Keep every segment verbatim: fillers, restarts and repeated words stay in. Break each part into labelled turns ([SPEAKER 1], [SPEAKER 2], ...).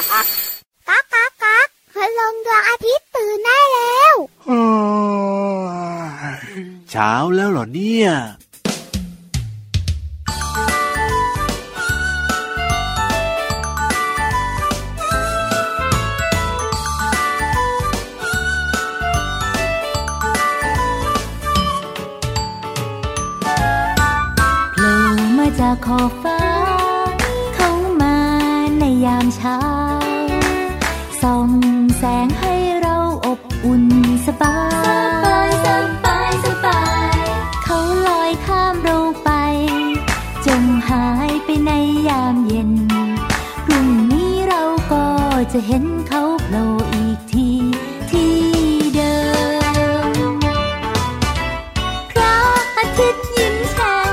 [SPEAKER 1] ก๊ากก๊ากก๊ากพลังดวงอาทิตย์ตื่นได้แล้ว
[SPEAKER 2] เช้าแล้วเหรอเนี่ย
[SPEAKER 3] จากขอบฟ้าเข้ามาในยามเช้าส่องแสงให้เราอบอุ่นสบายสบายสบายเขาลอยข้ามเราไปจงหายไปในยามเย็นพรุ่งนี้เราก็จะเห็นเขาโผล่อีกทีที่เดิมพระอาทิตย์ยิ้มแฉ่ง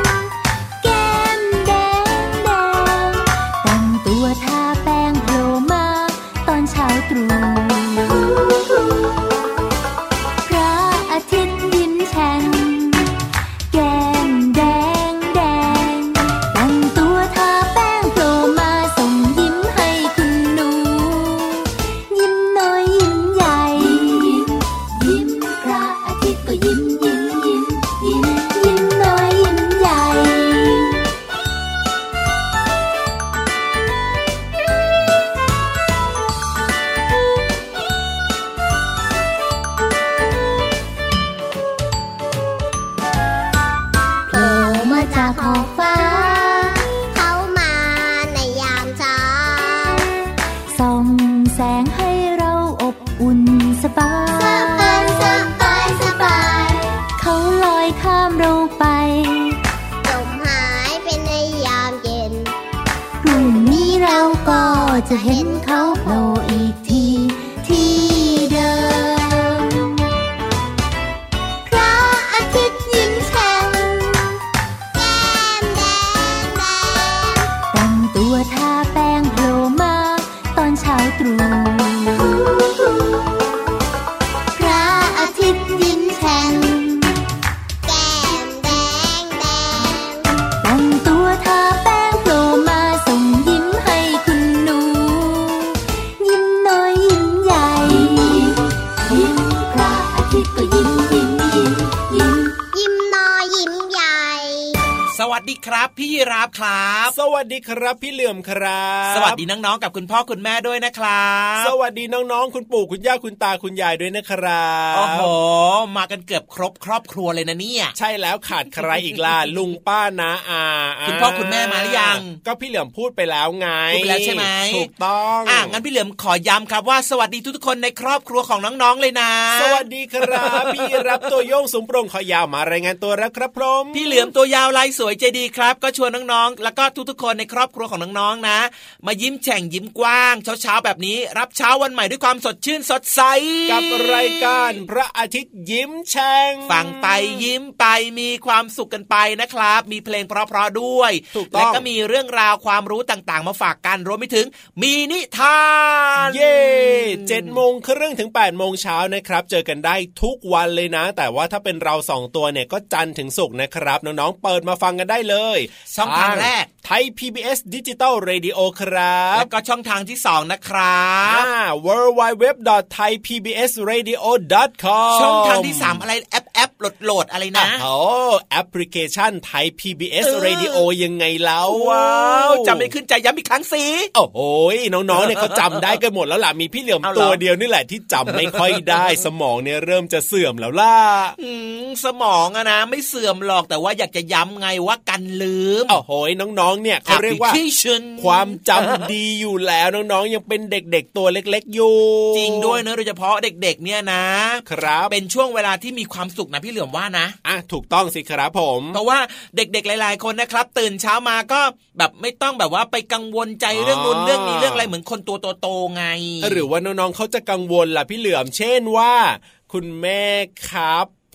[SPEAKER 3] พระอาทิตย์ยิ้มแฉ่งแก้มแดงแดงแต่งตัวทาแป้งโผล่มาส่งยิ้มให้คุณหนูยิ้มน้อยยิ้มใหญ่ยิ้มยิ้มพระอาทิตย์ก็ยิ้มยิ้มยิ้มยิ้มยิ้มน้อยยิ้มใหญ่จากขอบฟ้าเข้ามาในยามเช้าส่องแสงให้เราอบอุ่นสบายสบายสบายเขาลอยข้ามเราไปจมหายไปในยามเย็นพรุ่งนี้เราก็จะเห็นเขาโผล่อีกทีที่เดิมพระอาทิตย์ยิ้มแฉ่งตัวทาแป้งโผล่มาตอนเช้าตรู่พระอาทิตย์ยิ้มแฉ่งแก้มแดงแดงแต่งตัวทาแป้งโผล่มาส่งยิ้มให้คุณหนูยิ้มน้อยยิ้มใหญ่ยิ้มพระอาทิตย์ก็ยิ้มยิ้มยิ้มยิ้มยิ้มน้อยยิ้มใหญ่
[SPEAKER 4] สวัสดีครับพี่ยีราฟครับ
[SPEAKER 2] สวัสดีครับพี่เหลื่อมครับ
[SPEAKER 4] สวัสดีน้องๆกับคุณพ่อคุณแม่ด้วยนะครับ
[SPEAKER 2] สวัสดีน้องๆคุณปู่คุณย่าคุณตาคุณยายด้วยนะครับ
[SPEAKER 4] โอ้โหมากันเกือบครบครอบครัวเลยนะเนี่ย
[SPEAKER 2] ใช่แล้วขาดใครอีกล่ะ ลุงป้าน้าอา
[SPEAKER 4] คุณพ่อคุณแม่มาหรือยัง
[SPEAKER 2] ก็พี่เหลื่อมพูดไปแล้วไง
[SPEAKER 4] พูดไปแล้วใช่ไหม
[SPEAKER 2] ถูกต้อง
[SPEAKER 4] อ่ะงั้นพี่เหลื่อมขอย้ำครับว่าสวัสดีทุกๆคนในครอบครัวของน้องๆเลยนะ
[SPEAKER 2] สวัสดีครับพี่รับตัวโยงสูงโปร่งขอยาวมารายงานตัวแล้วครับพร้อม
[SPEAKER 4] พี่เหลื่อมตัวยาวลายสวยใจดีครับก็ชวนน้องๆแล้วก็ทุกๆคนในครอบครัวของน้องๆนะมายิ้มแฉ่งยิ้มกว้างเช้าๆแบบนี้รับเช้าวันใหม่ด้วยความสดชื่นสดใส
[SPEAKER 2] กับรายการพระอาทิตย์ยิ้มแฉ่ง
[SPEAKER 4] ฟังไปยิ้มไปมีความสุขกันไปนะครับมีเพลงเพราะๆด้วยและก็มีเรื่องราวความรู้ต่างๆมาฝากกันรวมไปถึงมีนิทาน
[SPEAKER 2] เย่เจ็ดโมงครึ่งถึงแปดโมงเช้านะครับเจอกันได้ทุกวันเลยนะแต่ว่าถ้าเป็นเราสองตัวเนี่ยก็จันทร์ถึงศุกร์นะครับน้องๆเปิดมาฟังกันได้เลย
[SPEAKER 4] ช่องทางแรก
[SPEAKER 2] ไทย พี บี เอส Digital Radio ครับ
[SPEAKER 4] แล้วก็ช่องทางที่สองนะครับ
[SPEAKER 2] อ่า ดับเบิลยู ดับเบิลยู ดับเบิลยู ดอท ไทย พี บี เอส เรดิโอ ดอท คอม
[SPEAKER 4] ช่องทางที่สามอะไรแอปแอปโหลดโหลดอะไรนะ
[SPEAKER 2] โอ้แอปพลิเคชันไทย พี บี เอส Radio ยังไงแล้ว
[SPEAKER 4] ว้าวจำไม่ขึ้นใจย้ำอีกครั้งสิ
[SPEAKER 2] โอ้โหน้องๆเนี่ยเขาจำได้กันหมดแล้วล่ะมีพี่เหลี่ยมตัวเดียวนี่แหละที่จำไม่ค่อยได้สมองเนี่ยเริ่มจะเสื่อมแล้วล่ะ
[SPEAKER 4] สมองอะนะไม่เสื่อมหรอกแต่ว่าอยากจะย้ำไงว่ากันลืม
[SPEAKER 2] โอ้โหน้องๆเนี่ยเขาเรียกว่าความจำดีอยู่แล้วน้องๆยังเป็นเด็กๆตัวเล็กๆอยู่
[SPEAKER 4] จริงด้วยนะโดยเฉพาะเด็กๆเนี่ยนะครับเป็นช่วงเวลาที่มีความสุขนะพี่เหลือมว่านะ
[SPEAKER 2] อ่ะถูกต้องสิครับผม
[SPEAKER 4] เพราะว่าเด็กๆหลายๆคนนะครับตื่นเช้ามาก็แบบไม่ต้องแบบว่าไปกังวลใจเรื่องนู้นเรื่องนี้เรื่องอะไรเหมือนคนตัวโตๆไง
[SPEAKER 2] หรือว่าน้องๆเขาจะกังวลล่ะพี่เหลือมเช่นว่าคุณแม่ครับ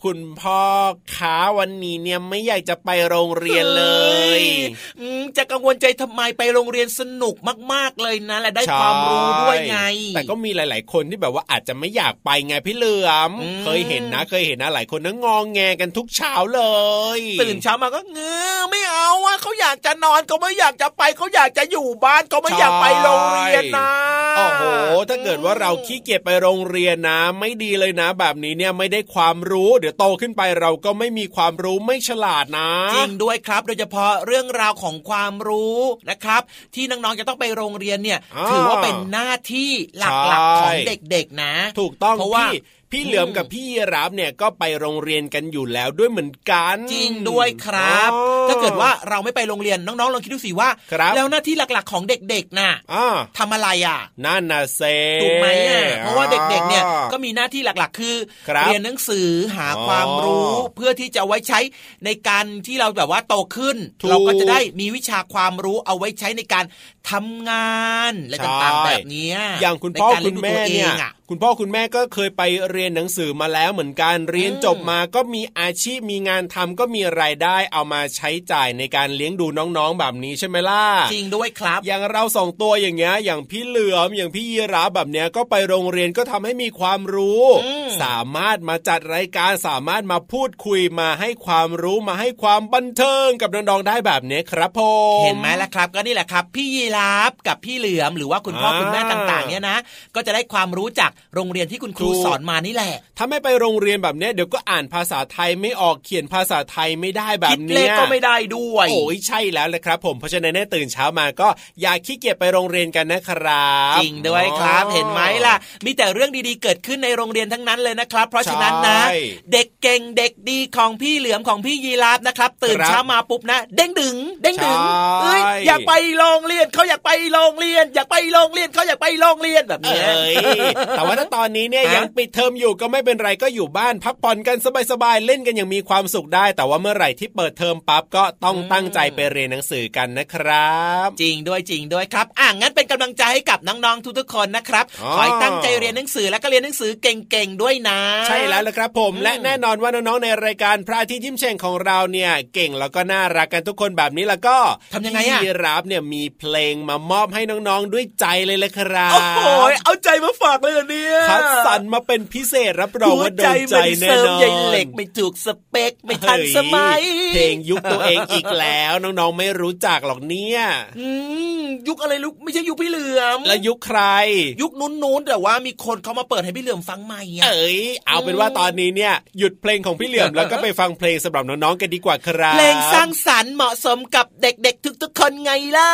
[SPEAKER 2] คุณพ่อขาวันนี้เนี่ยไม่อยากจะไปโรงเรียนเลย
[SPEAKER 4] จะกังวลใจทำไมไปโรงเรียนสนุกมากๆเลยนะและได้ความรู้ด้วยไง
[SPEAKER 2] แต่ก็มีหลายๆคนที่แบบว่าอาจจะไม่อยากไปไงพี่เหลือมเคยเห็นนะเคยเห็นนะหลายคนนะงองแงกันทุกเช้าเลย
[SPEAKER 4] ตื่นเช้ามาก็เงื้อไม่เอาอ่ะเขาอยากจะนอนเขาไม่อยากจะไปเขาอยากจะอยู่บ้านเขาไม่อยากไปโรงเรียนนะ
[SPEAKER 2] โอ้โหถ้าเกิดว่าเราขี้เกียจไปโรงเรียนนะไม่ดีเลยนะแบบนี้เนี่ยไม่ได้ความรู้เดี๋ยวโตขึ้นไปเราก็ไม่มีความรู้ไม่ฉลาดนะ
[SPEAKER 4] จริงด้วยครับโดยเฉพาะเรื่องราวของความรู้นะครับที่น้องๆจะต้องไปโรงเรียนเนี่ยถือว่าเป็นหน้าที่หลักๆของเด็กๆนะ
[SPEAKER 2] ถูกต้องเพราะว่าพี่เหลือมกับพี่ยีราฟเนี่ยก็ไปโรงเรียนกันอยู่แล้วด้วยเหมือนกัน
[SPEAKER 4] จริงด้วยครับถ้าเกิดว่าเราไม่ไปโรงเรียนน้องๆลองคิดดูสิว่าแล้วหน้าที่หลักๆของเด็กๆน่ะทำอะไรอ่ะ
[SPEAKER 2] นั่นน่ะเซ
[SPEAKER 4] ถูกไหมอ่ะเพราะว่าเด็กๆเนี่ยก็มีหน้าที่หลักๆคือเรียนหนังสือหาความรู้เพื่อที่จะไว้ใช้ในการที่เราแบบว่าโตขึ้นเราก็จะได้มีวิชาความรู้เอาไว้ใช้ในการทำงานและต่างๆแบบนี้
[SPEAKER 2] อย่างคุณพ่อคุณแม่เนี่ยคุณพ่อคุณแม่ก็เคยไปเรียนหนังสือมาแล้วเหมือนกันเรียนจบมาก็มีอาชีพมีงานทำก็มีรายได้เอามาใช้จ่ายในการเลี้ยงดูน้องๆแบบนี้ใช่ไหมล่ะ
[SPEAKER 4] จริงด้วยครับ
[SPEAKER 2] อย่างเราสองตัวอย่างเงี้ยอย่างพี่เหลือมอย่างพี่ยีราฟแบบเนี้ยก็ไปโรงเรียนก็ทำให้มีความรู้สามารถมาจัดรายการสามารถมาพูดคุยมาให้ความรู้มาให้ความบันเทิงกับน้องๆได้แบบนี้ครับผม
[SPEAKER 4] เห็นไหมล่ะครับก็นี่แหละครับพี่ยีราฟกับพี่เหลือมหรือว่าคุณพ่อคุณแม่ต่างๆเนี่ยนะก็จะได้ความรู้จากโรงเรียนที่คุณครูสอนมานี่แหละ
[SPEAKER 2] ถ้าไม่ไปโรงเรียนแบบนี้เดี๋ยวก็อ่านภาษาไทยไม่ออกเขียนภาษาไทยไม่ได้แบบนี้คิดเลข
[SPEAKER 4] ก็ไม่ได้ด้วย
[SPEAKER 2] โอ้ยใช่แล้วเลยครับผมเพราะฉะนั้นเนี่ยตื่นเช้ามาก็อย่าขี้เกียจไปโรงเรียนกันนะครับ
[SPEAKER 4] จริงด้วยครับเห็นไหมล่ะมีแต่เรื่องดีๆเกิดขึ้นในโรงเรียนทั้งนั้นเลยนะครับเพราะฉะนั้นนะเด็กเก่งเด็กดีของพี่เหลือมของพี่ยีราฟนะครับตื่นเช้ามาปุ๊บนะเด้งดึงเด้งดึงเอ้ยอยากไปโรงเรียนเขาอยากไปโรงเรียนอยากไปโรงเรียนเขาอยากไปโรงเรียนแบบนี้
[SPEAKER 2] แต่ว่าถ้าตอนนี้เนี่ยยังปิดเทอมอยู่ก็ไม่เป็นไรก็อยู่บ้านพักผ่อนกันสบายๆเล่นกันอย่างมีความสุขได้แต่ว่าเมื่อไหร่ที่เปิดเทอมปั๊บก็ต้องตั้งใจไปเรียนหนังสือกันนะครับ
[SPEAKER 4] จริงด้วยจริงด้วยครับอ่ะงั้นเป็นกำลังใจให้กับน้องๆทุกๆคนนะครับขอให้ตั้งใจเรียนหนังสือแล้วก็เรียนหนังสือเก่งๆด้วยนะ
[SPEAKER 2] ใช่แล้วละครับผมและแน่นอนว่าน้องๆในรายการพระอาทิตย์ยิ้มแฉ่งของเราเนี่ยเก่งแล้วก็น่ารักกันทุกคนแบบนี้แล้วก็
[SPEAKER 4] ทำยังไงอ่ะ
[SPEAKER 2] พี่รับเนี่ยมีเพลงมามอบให้น้องๆด้วยใจเลยเลยครับ
[SPEAKER 4] โอ้โหเอาใจมาฝากเลยเนี่ย
[SPEAKER 2] คัดสรรมาเป็นพิเศษรับรองว่าโดนใจแน่นอน
[SPEAKER 4] ใหญ่เหล็กไม่ถูกสเปคไม่ทันสมัย
[SPEAKER 2] เพลงยุคตัวเองอีกแล้วน้องๆไม่รู้จักหรอกเนี่ย
[SPEAKER 4] ยุคอะไรลูกไม่ใช่ยุคพี่เหลือม
[SPEAKER 2] แล้วยุคใคร
[SPEAKER 4] ยุคนู้นๆแต่ว่ามีคนเขามาเปิดให้พี่เหลือมฟังใหม่
[SPEAKER 2] เอ้ยเอาเป็นว่าตอนนี้เนี่ยหยุดเพลงของพี่เหลือมแล้วก็ไปฟังเพลงสำหรับน้องๆกันดีกว่าครับ
[SPEAKER 4] เพลงสร้างสรรค์เหมาะสมกับเด็กๆทุกๆคนไงล่ะ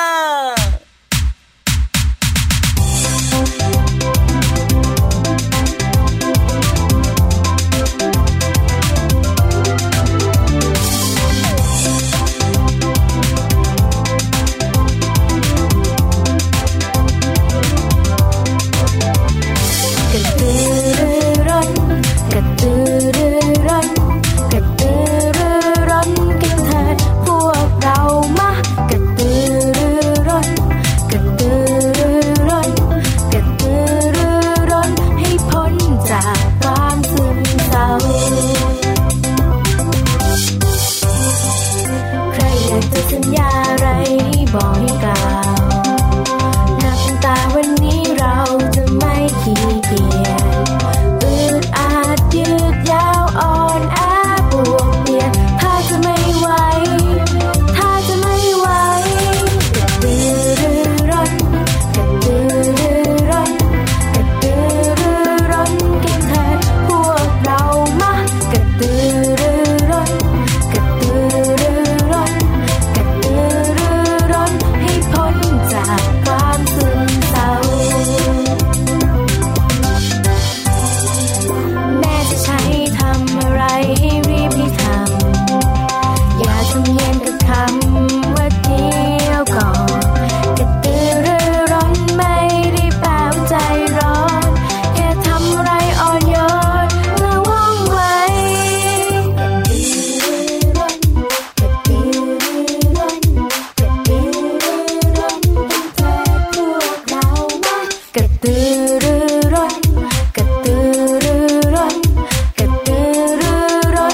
[SPEAKER 3] บอกให้กล่าวนับตาวันนี้เราจะไม่ขี้เกียจอืดอาดยืดยาวอ่อนแอปวดเปียกถ้าจะไม่ไหวถ้าจะไม่ไหวกระตือรือร้นกระตือรือร้นกระตือรือร้นกันเถิดพวกเรามากระตือรือร้นกระตือรือร้นกระตือให้พ้นจากความซึมเศร้าแม่จะใช้ทำอะไรให้รีบให้ทำอย่าทำเย็นกับคำว่าเดียวก่อนกระตือรือร้นไม่ได้แปลว่าใจร้อนแค่ทำอะไรอ่อนโยนและว่องไวกระตือรือร้นกระตือรือร้นกระตือรือร้นกระตือรือร้นกระตือรือร้น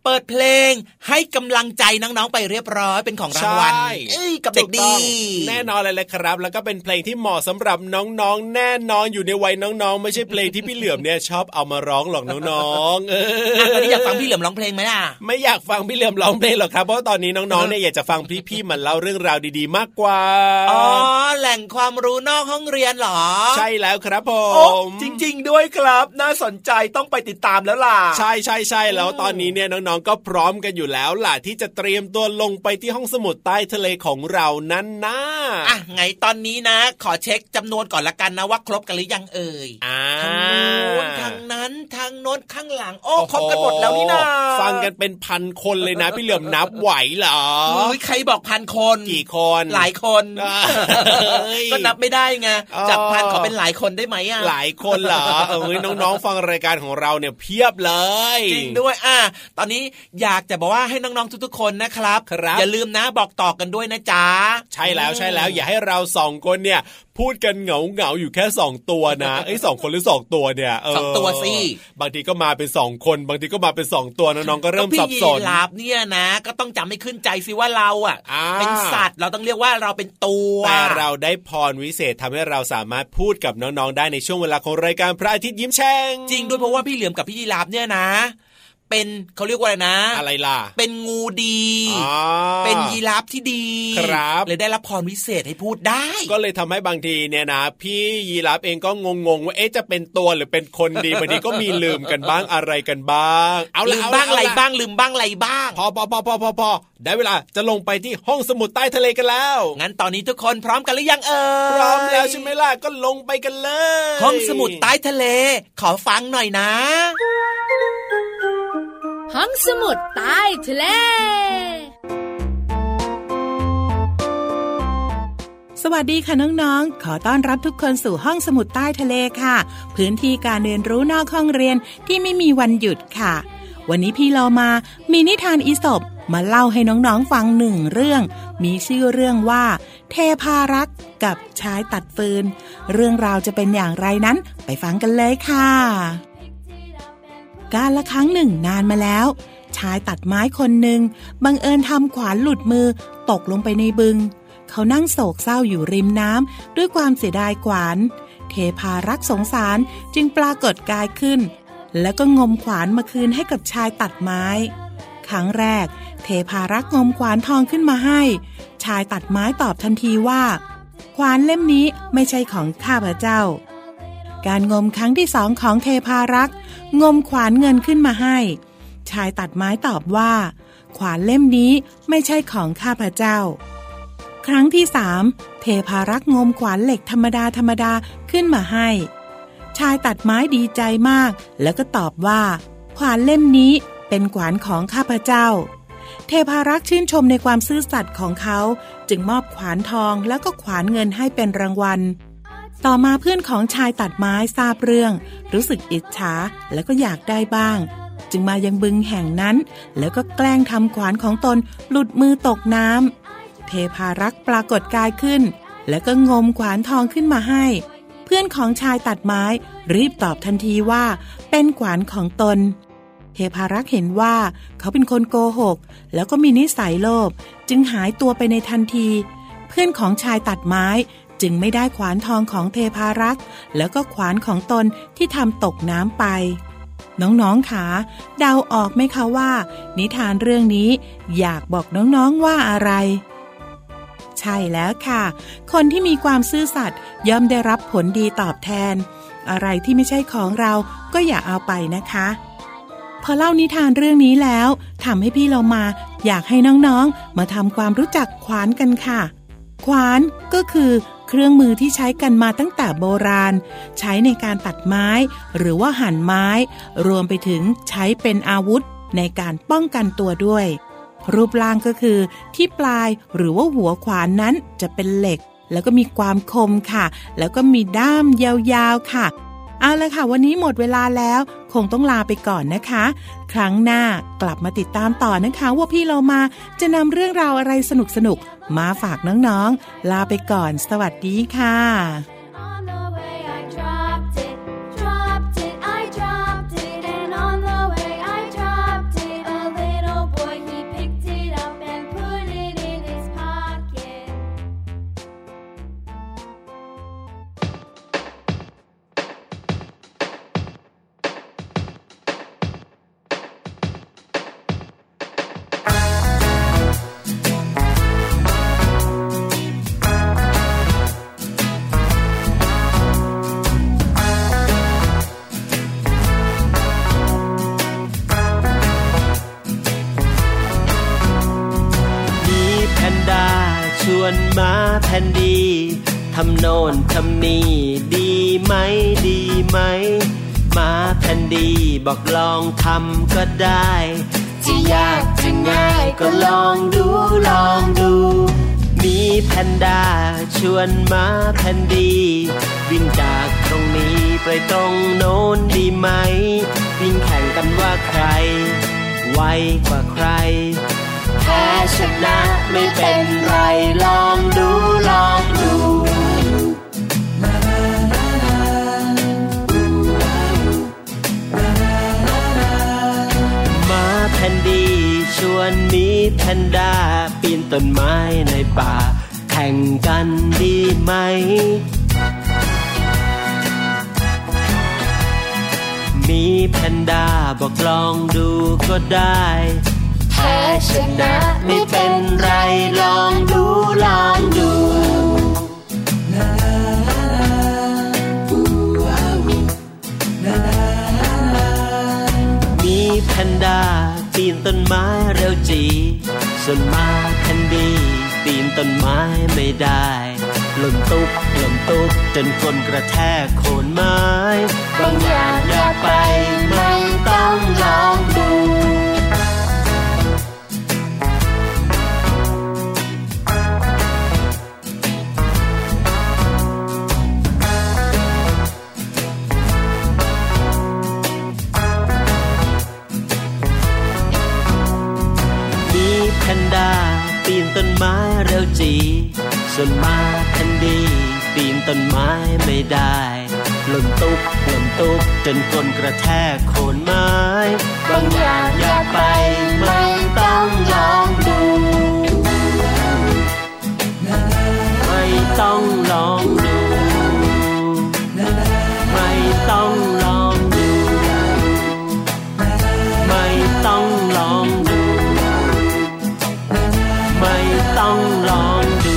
[SPEAKER 4] เปิดเพลงให้กำลังใจน้องๆไปเรียบร้อยเป็นของรางวัลเอ้ยกับเด็กดี
[SPEAKER 2] แน่นอนเลยแหละครับแล้วก็เป็นเพลงที่เหมาะสำหรับน้องๆแน่นอนอยู่ในวัยน้องๆไม่ใช่เพลงที่พี่เหลือมเนี่ยชอบเอามาร้องหรอกน้องๆเออ
[SPEAKER 4] ตอนนี้อยากฟังพี่เหลือมร้องเพลงไหมล่ะ
[SPEAKER 2] ไม่อยากฟังพี่เหลือมร้องเพลงหรอกครับเพราะตอนนี้น้องๆเนี่ยอยากจะฟังพี่ๆมันเล่าเรื่องราวดีๆมากกว่า
[SPEAKER 4] อ๋อแหล่งความรู้นอกห้องเรียนเหรอ
[SPEAKER 2] ใช่แล้วครับผม
[SPEAKER 4] จริงๆด้วยครับน่าสนใจต้องไปติดตามแล้วล่ะ
[SPEAKER 2] ใช่ใช่ใช่แล้วตอนนี้เนี่ยน้องๆก็พร้อมกันอยู่แล้วล่ะที่จะเตรียมตัวลงไปที่ห้องสมุดใต้ทะเลของเรานั้นนะ
[SPEAKER 4] อ่ะไงตอนนี้นะขอเช็คจำนวนก่อนละกันนะว่าครบกันหรือยังเอ่ย
[SPEAKER 2] อ่า
[SPEAKER 4] ทางโน้นทางนั้นทางโน้นข้างหลังโอ้ครบกันหมดแล้วนี่นะ
[SPEAKER 2] ฟังกันเป็นพันคนเลยนะพี่เหลือมนับไหวเหรอ
[SPEAKER 4] ใครบอกพันคน
[SPEAKER 2] กี่คน
[SPEAKER 4] หลายคนก็นับไม่ได้ไงจากพันขอเป็นหลายคนได้ไหมอ่ะ
[SPEAKER 2] หลายคนเหรอเออน้องๆฟังรายการของเราเนี่ยเพียบเลย
[SPEAKER 4] จริงด้วยอ่ะตอนนี้อยากจะบอกว่าให้น้องๆทุกๆคนนะครับอย่าลืมนะบอกต่อกันด้วยนะจ๊ะ
[SPEAKER 2] ใช่แล้วใช่แล้วอย่าให้เราสองคนเนี่ยพูดกันเหงาเหงาอยู่แค่สองตัวนะไอ้สองคนหรือสองตัวเนี่ย
[SPEAKER 4] สองตัวสิ
[SPEAKER 2] บางทีก็มาเป็นสองคนบางทีก็มาเป็นสองตัวน้องๆก็เริ่มสับสน
[SPEAKER 4] พี่ยีราฟเนี่ยนะก็ต้องจำให้ขึ้นใจสิว่าเราอ่ะเป็นสัตว์เราต้องเรียกว่าเราเป็นตัว
[SPEAKER 2] แต่เราได้พรวิเศษทำให้เราสามารถพูดกับน้องๆได้ในช่วงเวลาของรายการพระอาทิตย์ยิ้มแฉ่ง
[SPEAKER 4] จริงด้วยเพราะว่าพี่เหลือมกับพี่ยีราฟเนี่ยนะเป็นเขาเรียกว่าอะไรนะ
[SPEAKER 2] อะไรล่ะ
[SPEAKER 4] เป็นงูดีเป็นยีราฟที่ดี
[SPEAKER 2] ครับ
[SPEAKER 4] เลยได้รับพรวิเศษให้พูดได้
[SPEAKER 2] ก็เลยทำให้บางทีเนี่ยนะพี่ยีราฟเองก็งงๆว่าเอ๊ะจะเป็นตัวหรือเป็นคนดีบางทีก็มีลืมกันบ้างอะไรกันบ้าง
[SPEAKER 4] เอาลืมบ้างอะไรบ้างลืมบ้างอะไรบ้าง
[SPEAKER 2] พอพอพอพอพอพอได้เวลาจะลงไปที่ห้องสมุดใต้ทะเลกันแล้ว
[SPEAKER 4] งั้นตอนนี้ทุกคนพร้อมกันหรือยังเอ่ย
[SPEAKER 2] พร้อมแล้วใช่ไหมล่ะก็ลงไปกันเลย
[SPEAKER 4] ห้องสมุดใต้ทะเลขอฟังหน่อยนะ
[SPEAKER 5] ห้องสมุดใต้ทะเล
[SPEAKER 6] สวัสดีค่ะน้องๆขอต้อนรับทุกคนสู่ห้องสมุดใต้ทะเลค่ะพื้นที่การเรียนรู้นอกห้องเรียนที่ไม่มีวันหยุดค่ะวันนี้พี่เรามามีนิทานอีสปมาเล่าให้น้องๆฟังหนึ่งเรื่องมีชื่อเรื่องว่าเทพารักษ์กับชายตัดฟืนเรื่องราวจะเป็นอย่างไรนั้นไปฟังกันเลยค่ะกาลละครั้งหนึ่งนานมาแล้วชายตัดไม้คนหนึ่งบังเอิญทำขวานหลุดมือตกลงไปในบึงเขานั่งโศกเศร้าอยู่ริมน้ำด้วยความเสียดายขวานเทพารักษ์สงสารจึงปรากฏกายขึ้นแล้วก็งมขวานมาคืนให้กับชายตัดไม้ครั้งแรกเทพารักษ์งมขวานทองขึ้นมาให้ชายตัดไม้ตอบทันทีว่าขวานเล่มนี้ไม่ใช่ของข้าพเจ้าการงมครั้งที่สองของเทพารักษ์งมขวานเงินขึ้นมาให้ชายตัดไม้ตอบว่าขวานเล่มนี้ไม่ใช่ของข้าพเจ้าครั้งที่สามเทพารักษ์งมขวานเหล็กธรรมดาธรรมดาขึ้นมาให้ชายตัดไม้ดีใจมากแล้วก็ตอบว่าขวานเล่มนี้เป็นขวานของข้าพเจ้าเทพารักษ์ชื่นชมในความซื่อสัตย์ของเขาจึงมอบขวานทองแล้วก็ขวานเงินให้เป็นรางวัลต่อมาเพื่อนของชายตัดไม้ทราบเรื่องรู้สึกอิจฉาแล้วก็อยากได้บ้างจึงมายังบึงแห่งนั้นแล้วก็แกล้งทำขวานของตนหลุดมือตกน้ำเทพารักษ์ปรากฏกายขึ้นแล้วก็งมขวานทองขึ้นมาให้เพื่อนของชายตัดไม้รีบตอบทันทีว่าเป็นขวานของตนเทพารักษ์เห็นว่าเขาเป็นคนโกหกแล้วก็มีนิสัยโลภจึงหายตัวไปในทันทีเพื่อนของชายตัดไม้จึงไม่ได้ขวานทองของเทพารักษ์แล้วก็ขวานของตนที่ทำตกน้ำไปน้องๆค่ะเดาออกไหมคะว่านิทานเรื่องนี้อยากบอกน้องๆว่าอะไรใช่แล้วค่ะคนที่มีความซื่อสัตย์ย่อมได้รับผลดีตอบแทนอะไรที่ไม่ใช่ของเราก็อย่าเอาไปนะคะพอเล่านิทานเรื่องนี้แล้วทำให้พี่เรามาอยากให้น้องๆมาทำความรู้จักขวานกันค่ะขวานก็คือเครื่องมือที่ใช้กันมาตั้งแต่โบราณใช้ในการตัดไม้หรือว่าหั่นไม้รวมไปถึงใช้เป็นอาวุธในการป้องกันตัวด้วยรูปร่างก็คือที่ปลายหรือว่าหัวขวานนั้นจะเป็นเหล็กแล้วก็มีความคมค่ะแล้วก็มีด้ามยาวๆค่ะเอาละค่ะวันนี้หมดเวลาแล้วคงต้องลาไปก่อนนะคะครั้งหน้ากลับมาติดตามต่อนะคะว่าพี่เรามาจะนำเรื่องราวอะไรสนุกๆมาฝากน้องๆลาไปก่อนสวัสดีค่ะ
[SPEAKER 7] แทนดีทำโน่นทำนี่ดีไหมดีไหมมาแทนดีบอกลองทำก็ได้จะยากจะง่ายก็ลองดูลองดูมีแพนด้าชวนมาแพนดีวิ่งจากตรงนี้ไปตรงโน้นดีไหมวิ่งแข่งกันว่าใครไวกว่าใครแพ้ชนะไม่เป็นไรลองดูลองดูมาแพนดีชวนมีแพนด้าปีนต้นไม้ในป่าแข่งกันดีไหมมีแพนด้าบอกลองดูก็ได้แพ้ชนะไม่เป็นไรลองดูลองดูมีแพนด้าปีนต้นไม้เร็วจีส่วนมาแพนดีปีนต้นไม้ไม่ได้หล่นตุ๊บหล่นตุ๊บจนก้นกระแทกโคนไม้บางอย่างอยากไปไม่ต้องลองดูแพนด้าปีนต้นไม้เร็วจีส่วนมาแพนดีปีนต้นไม้ไม่ได้หล่นตุ๊บหล่นตุ๊บจนก้นกระแทกโคนไม้บางอย่างอยากไปไม่ต้องลองดูไม่ต้องลองดูไม่ต้องลองดูไม่ต้องลองดูไม่ต้องลองดู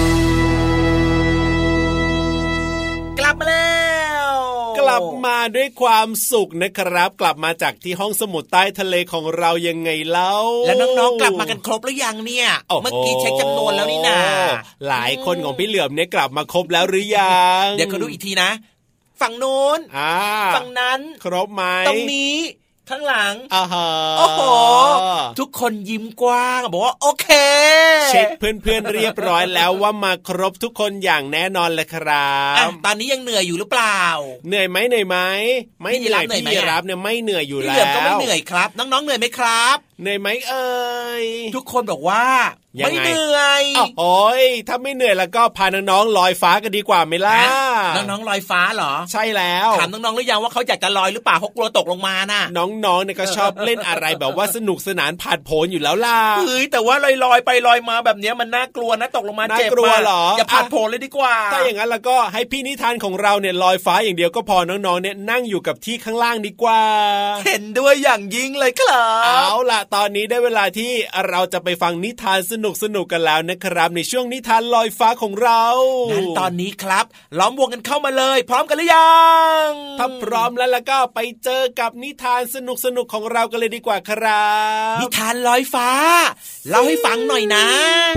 [SPEAKER 4] กลับมาแล้ว
[SPEAKER 2] กลับมาด้วยความสุขนะครับกลับมาจากที่ห้องสมุดใต้ทะเลของเรายังไงเล่า
[SPEAKER 4] แล้วน้องๆกลับมากันครบหรือยังเนี่ยเมื่อกี้เช็คจำนวนแล้วนี่นา
[SPEAKER 2] หลายคนของพี่เหลือมเนี่ยกลับมาครบแล้วหรือยัง
[SPEAKER 4] เดี๋ยวเขาดูอีกทีนะฝั่งโน้นฝั่งนั้น
[SPEAKER 2] ครบไหม
[SPEAKER 4] ตรงนี้ข้างหลัง
[SPEAKER 2] อ่าฮะ
[SPEAKER 4] โอ้โหทุกคนยิ้มกว้างบอกว่าโอเค
[SPEAKER 2] เช็คเพื่อนๆเรียบร้อยแล้วว่ามาครบทุกคนอย่างแน่นอนเลยครับ
[SPEAKER 4] ตอนนี้ยังเหนื่อยอยู่หรือเปล่า
[SPEAKER 2] เหนื่อยไหมเหนื่อยไหมไม่เหนื่อยพี่รับเนี่ยไม่เหนื่อยอยู่แล้ว
[SPEAKER 4] พี่เหลือมก็ไม่เหนื่อยครับน้องๆเหนื่อยไหมครับ
[SPEAKER 2] เหนื่อยไหมเอ่ย
[SPEAKER 4] ทุกคนบอกว่าไม่เหนื่อย
[SPEAKER 2] โอ้ยถ้าไม่เหนื่อยแล้วก็พาน้องๆลอยฟ้ากันดีกว่าไหมล่ะ
[SPEAKER 4] น้องๆลอยฟ้าเหรอ
[SPEAKER 2] ใช่แล้ว
[SPEAKER 4] ถามน้องๆหรือยังว่าเขาอยากจะลอยหรือเปล่าเขากลัวตกลงมาน่ะ
[SPEAKER 2] น้องๆเนี่ยก็ชอบเล่นอะไรแบบว่าสนุกสนานผาดโผนอยู่แล้วล่ะ
[SPEAKER 4] เฮ้ยแต่ว่าลอยๆไปลอยมาแบบนี้มันน่ากลัวนะตกลงมาเจ็บมากอย่าผาดโผนเลยดีกว่า
[SPEAKER 2] ถ้าอย่างนั้นแล้วก็ให้พี่นิทานของเราเนี่ยลอยฟ้าอย่างเดียวก็พอน้องๆเนี่ยนั่งอยู่กับที่ข้างล่างดีกว่า
[SPEAKER 4] เห็นด้วยอย่างยิ่งเลยครับ
[SPEAKER 2] เอาล่ะตอนนี้ได้เวลาที่เราจะไปฟังนิทานสนุกๆกันแล้วนะครับในช่วงนิทานลอยฟ้าของเรา
[SPEAKER 4] งั้นตอนนี้ครับล้อมวงกันเข้ามาเลยพร้อมกันหรือยัง
[SPEAKER 2] ถ้าพร้อมแล้วแล้วก็ไปเจอกับนิทานสนุกๆของเรากันเลยดีกว่าครับ
[SPEAKER 4] นิทานลอยฟ้าเล่าให้ฟังหน่อยนะ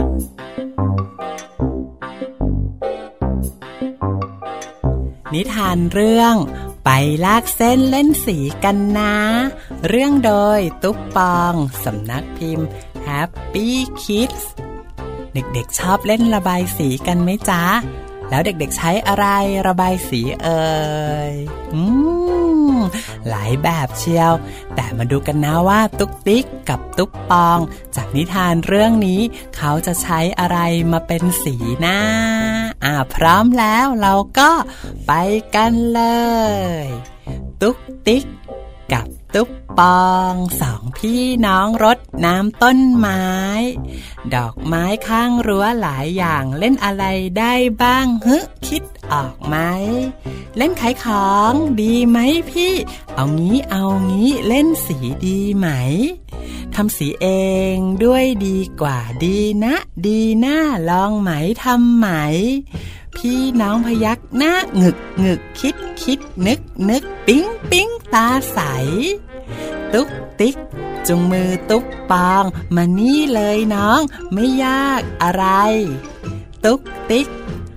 [SPEAKER 6] นิทานเรื่องไปลากเส้นเล่นสีกันนะเรื่องโดยตุ๊กปองสำนักพิมพ์ Happy Kids เด็กๆชอบเล่นระบายสีกันไหมจ๊ะแล้วเด็กๆใช้อะไรระบายสีเอ่ยอืมหลายแบบเชียวแต่มาดูกันนะว่าตุ๊กติ๊กกับตุ๊กปองจากนิทานเรื่องนี้เขาจะใช้อะไรมาเป็นสีนะอ่าพร้อมแล้วเราก็ไปกันเลยตุ๊กติ๊กกับตุ๊กปองสองพี่น้องรดน้ำต้นไม้ดอกไม้ข้างรั้วหลายอย่างเล่นอะไรได้บ้างฮึคิดออกไหมเล่นขายของดีไหมพี่เอางี้เอางี้เล่นสีดีไหมทำสีเองด้วยดีกว่าดีนะดีน่าลองไหมทำไหมพี่น้องพยักหน้าหงึกหงึกคิดคิดนึกนึกปิ๊งปิ๊งตาใสตุ๊กติ๊กจุงมือตุ๊กปองมานี่เลยน้องไม่ยากอะไรตุ๊กติ๊ก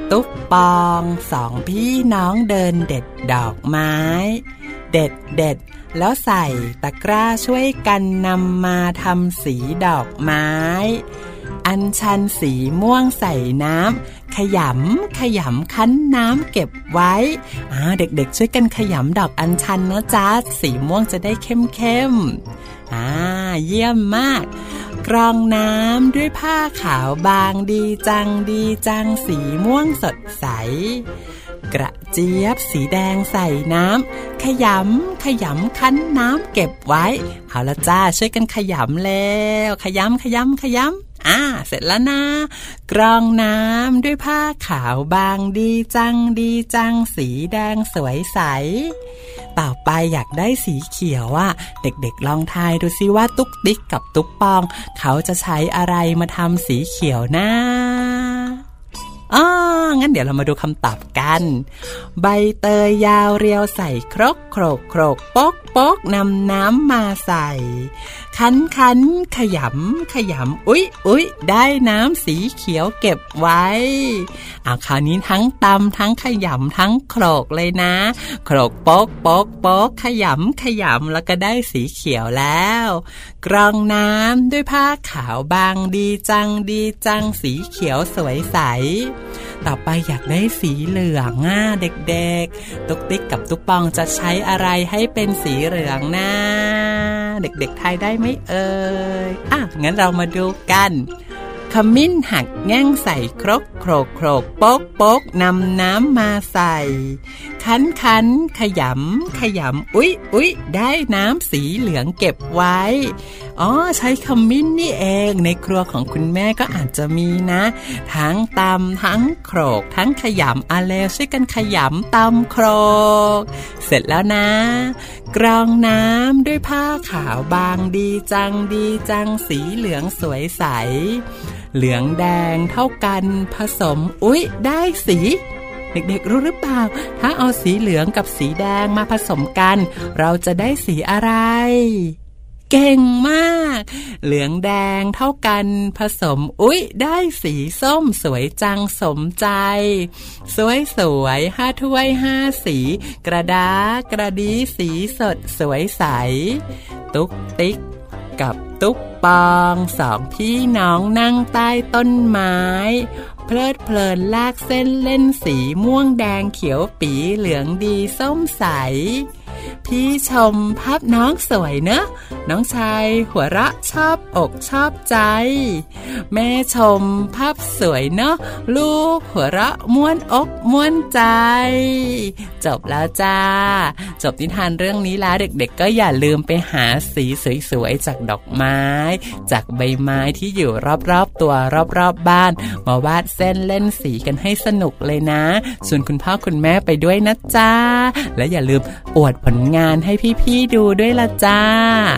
[SPEAKER 6] ตุ๊กปองสองพี่น้องเดินเด็ดดอกไม้เด็ดเด็ดแล้วใส่ตะกร้าช่วยกันนำมาทำสีดอกไม้อัญชันสีม่วงใส่น้ำขยำขยำคั้นน้ำเก็บไว้อ่าเด็กๆช่วยกันขยำดอกอัญชันนะจ๊ะสีม่วงจะได้เข้มๆอ่าเยี่ยมมากกรองน้ำด้วยผ้าขาวบางดีจังดีจังสีม่วงสดใสกระเจี๊ยบสีแดงใส่น้ำขยำขยำคั้นน้ำเก็บไว้เอาละจ้าช่วยกันขยำแล้วขยำขยำขยำอ่าเสร็จแล้วนะกรองน้ำด้วยผ้าขาวบางดีจังดีจังสีแดงสวยใสต่อไปอยากได้สีเขียวอ่ะเด็กๆลองทายดูซิว่าตุ๊กติ๊กกับตุ๊กปองเขาจะใช้อะไรมาทำสีเขียวนะอ๋องั้นเดี๋ยวเรามาดูคำตอบกันใบเตยยาวเรียวใส่ครกโครกโครกป๊อกป๊อกนำน้ำมาใส่คั้นคั้นขยำขยำอุ๊ยอุ๊ยได้น้ำสีเขียวเก็บไว้อ่ะคราวนี้ทั้งตำทั้งขยำทั้งโครกเลยนะโครกป๊อกป๊อกป๊อกขยำขยำแล้วก็ได้สีเขียวแล้วกรองน้ำด้วยผ้าขาวบางดีจังดีจังสีเขียวสวยใสต่อไปอยากได้สีเหลืองอ่ะเด็กๆตุ๊กติ๊กกับตุ๊กปองจะใช้อะไรให้เป็นสีเหลืองนะเด็กๆทายได้ไหมเอ่ยอ่ะงั้นเรามาดูกันขมิ้นหักแง่งใส่ครกโครกโครกโป๊กโป๊กนำน้ำมาใส่คั้นคั้นขยำขยำอุ๊ยอุ๊ยได้น้ำสีเหลืองเก็บไว้อ๋อใช้ขมิ้นนี่เองในครัวของคุณแม่ก็อาจจะมีนะทั้งตำทั้งโครกทั้งขยำอาเลช่วยกันขยำตำโครกเสร็จแล้วนะกรองน้ำด้วยผ้าขาวบางดีจังดีจังสีเหลืองสวยใสเหลืองแดงเท่ากันผสมอุ๊ยได้สีเด็กๆรู้หรือเปล่าถ้าเอาสีเหลืองกับสีแดงมาผสมกันเราจะได้สีอะไรเก่งมากเหลืองแดงเท่ากันผสมอุ๊ยได้สีส้มสวยจังสมใจสวยสวยห้าถ้วยห้าสีกระดากระดีสีสดสวยใสตุ๊กติ๊กกับตุ๊กปองสองพี่น้องนั่งใต้ต้นไม้เพลิดเพลินลากเส้นเล่นสีม่วงแดงเขียวปีเหลืองดีส้มใสพี่ชมภาพน้องสวยเนอะน้องชายหัวเราะชอบอกชอบใจแม่ชมภาพสวยเนอะลูกหัวเราะม่วนอกม่วนใจจบแล้วจ้าจบนิทานเรื่องนี้แล้วเด็กๆก็อย่าลืมไปหาสีสวยๆจากดอกไม้จากใบไม้ที่อยู่รอบๆตัวรอบๆบ้านมาวาดเส้นเล่นสีกันให้สนุกเลยนะส่วนคุณพ่อคุณแม่ไปด้วยนะจ้าและอย่าลืมอวดผลงานให้พี่ๆดูด้วยล่ะจ้า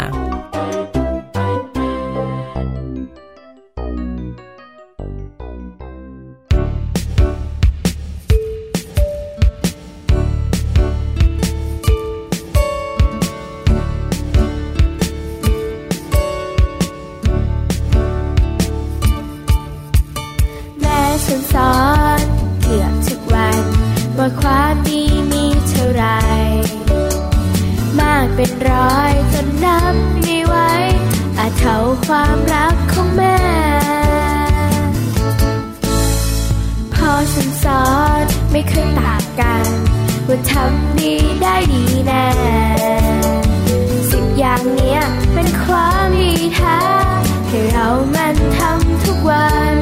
[SPEAKER 1] แม่ฉันสอนเกือบทุกวันว่าความดีมีเท่าไรมากเป็นร้อยจนนับไม่ไหวอาจเท่าความรักของแม่พ่อฉันสอนไม่เคยต่างกันว่าทำดีได้ดีแน่สิ่งอย่างเนี้ยเป็นความดีแท้ให้เรามันทำทุกวัน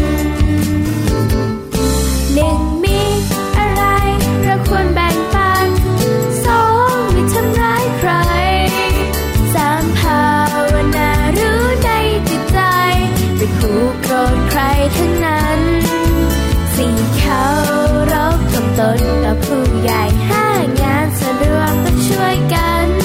[SPEAKER 1] หนึ่งมีอะไรเราควรแบ่งปันสองไม่ทำร้ายใครสามภาวนารู้ในจิตใจไม่ผูกโกรธใครทั้งนั้นสี่เคารพตนต่อผู้ใหญ่ห้างานสะดวกต้องช่วยกัน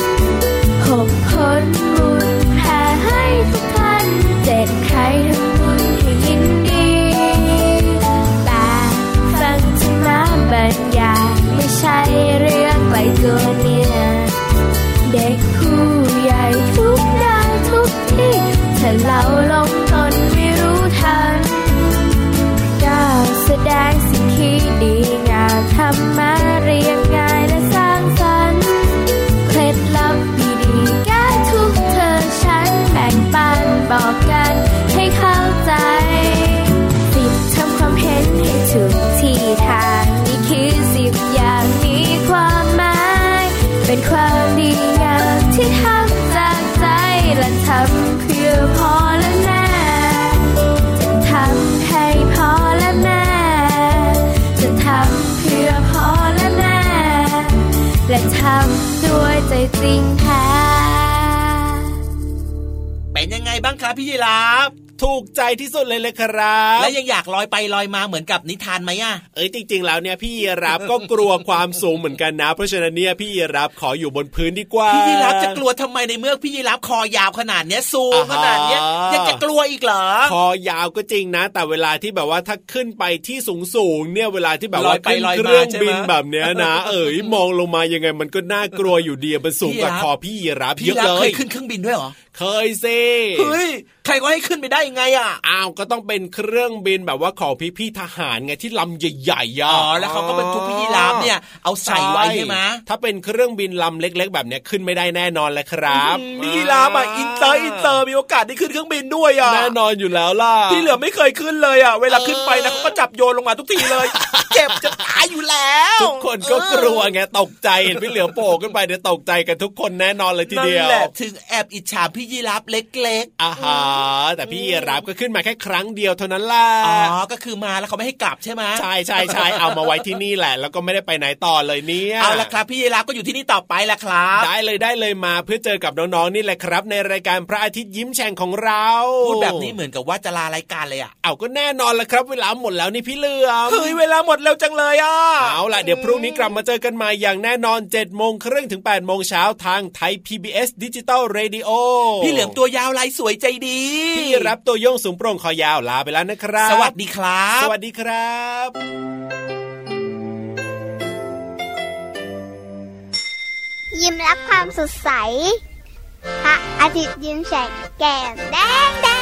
[SPEAKER 1] ที่ทำจากใจและทำเพื่อพ่อและแม่จะทำให้พ่อและแม่จะทำเพื่อพ่อและแม่และทำด้วยใจจริงแท้
[SPEAKER 4] เป็นยังไงบ้างครับพี่ยีราฟ
[SPEAKER 2] ถูกใจที่สุดเลยเลยครับ
[SPEAKER 4] และยังอยากลอยไปลอยมาเหมือนกับนิทานไหมอ่ะ
[SPEAKER 2] เอ้ยจริงๆแล้วเนี่ยพี่ยีราฟก็กลัวความสูงเหมือนกันนะเพราะฉะนั้นเนี่ยพี่ยีราฟขออยู่บนพื้นดีกว่า
[SPEAKER 4] พี่ยีราฟจะกลัวทำไมในเมื่อพี่ยีราฟคอยาวขนาดเนี้ยสูงขนาดเนี้ยยังจะกลัวอีกเหรอ
[SPEAKER 2] คอยาวก็จริงนะแต่เวลาที่แบบว่าถ้าขึ้นไปที่สูงๆเนี่ยเวลาที่แบบว่าขึ้นเครื่องบินแบบเนี้ยนะเอ้ยมองลงมายังไงมันก็น่ากลัวอยู่ดีมันสูงกว่าคอพี่ยีราฟเยอะเลย
[SPEAKER 4] เคยขึ้นเครื่องบินด้วยเหรอ
[SPEAKER 2] เคยสิ
[SPEAKER 4] เฮ้ยใครก็ให้ขึ้นไปได้ยังไงอ่ะ
[SPEAKER 2] อ้าวก็ต้องเป็นเครื่องบินแบบว่าของพี่ๆทหารไงที่ลำใหญ่ๆอ่ะ
[SPEAKER 4] อ๋อแล้วเขาก็บรรทุกพี่ยีราฟเนี่ยเอาใส่ไว้ใช่ไหม
[SPEAKER 2] ถ้าเป็นเครื่องบินลำเล็กๆแบบเนี้ยขึ้นไม่ได้แน่นอนเลยครับ
[SPEAKER 4] พี่ยีราฟอ่ะอินเตอร์อินเตอร์มีโอกาสได้ขึ้นเครื่องบินด้วยอ่ะ
[SPEAKER 2] แน่นอนอยู่แล้วล่ะ
[SPEAKER 4] พี่เหลือไม่เคยขึ้นเลยอ่ะเวลาขึ้นไปนะเขาก็จับโยนลงมาทุกทีเลยเจ็บจะตายอยู่แล้ว
[SPEAKER 2] ทุกคนก็กลัวไงตกใจเห็นพี่เหลือโผล่ขึ้นไปเดี๋ยวตกใจกันทุกคนแน่นอนเลยทีเดียว
[SPEAKER 4] นั่นแหละถึงแอบอิจฉาพี่ยีราฟเล็ก
[SPEAKER 2] ๆอ่าฮะแต่พี่ยีราฟก็ขึ้นมาแค่ครั้งเดียวเท่านั้นล่ะ
[SPEAKER 4] อ๋อก็คือมาแล้วเขาไม่ให้กลับใช่ไหม
[SPEAKER 2] ใช่ใช่ใช่เอามาไว้ที่นี่แหละแล้วก็ไม่ได้ไปไหนต่อเลยเนี่ย
[SPEAKER 4] เอาละครับพี่ยีราฟก็อยู่ที่นี่ต่อไปแหละครับ
[SPEAKER 2] ได้เลยได้เลยมาเพื่อเจอกับน้องๆนี่แหละครับในรายการพระอาทิตย์ยิ้มแฉ่งของเรา
[SPEAKER 4] พูดแบบนี้เหมือนกับว่าจะลารายการเลยอ่ะ
[SPEAKER 2] เอาก็แน่นอนละครับเวลาหมดแล้วนี่พี่เหลือม
[SPEAKER 4] เฮ้ยเวลาหมดแล้วจังเลยอ่ะ
[SPEAKER 2] เอาล่ะเดี๋ยวพรุ่งนี้กลับมาเจอกันใหม่อย่างแน่นอน เจ็ดโมงครึ่งถึง แปดโมงเช้าทางไทย พี บี เอส Digital Radio
[SPEAKER 4] พี่เหลือมตัวยาวลายสวยใจดี
[SPEAKER 2] พี่รับตัวโยงสูงโปร่งคอยาวลาไปแล้วนะครับ
[SPEAKER 4] สวัสดีครับ
[SPEAKER 2] สวัสดีครับ
[SPEAKER 8] ยิ้มรับความสดใสพระอาทิตย์ยิ้มแฉกแก้มแดงแด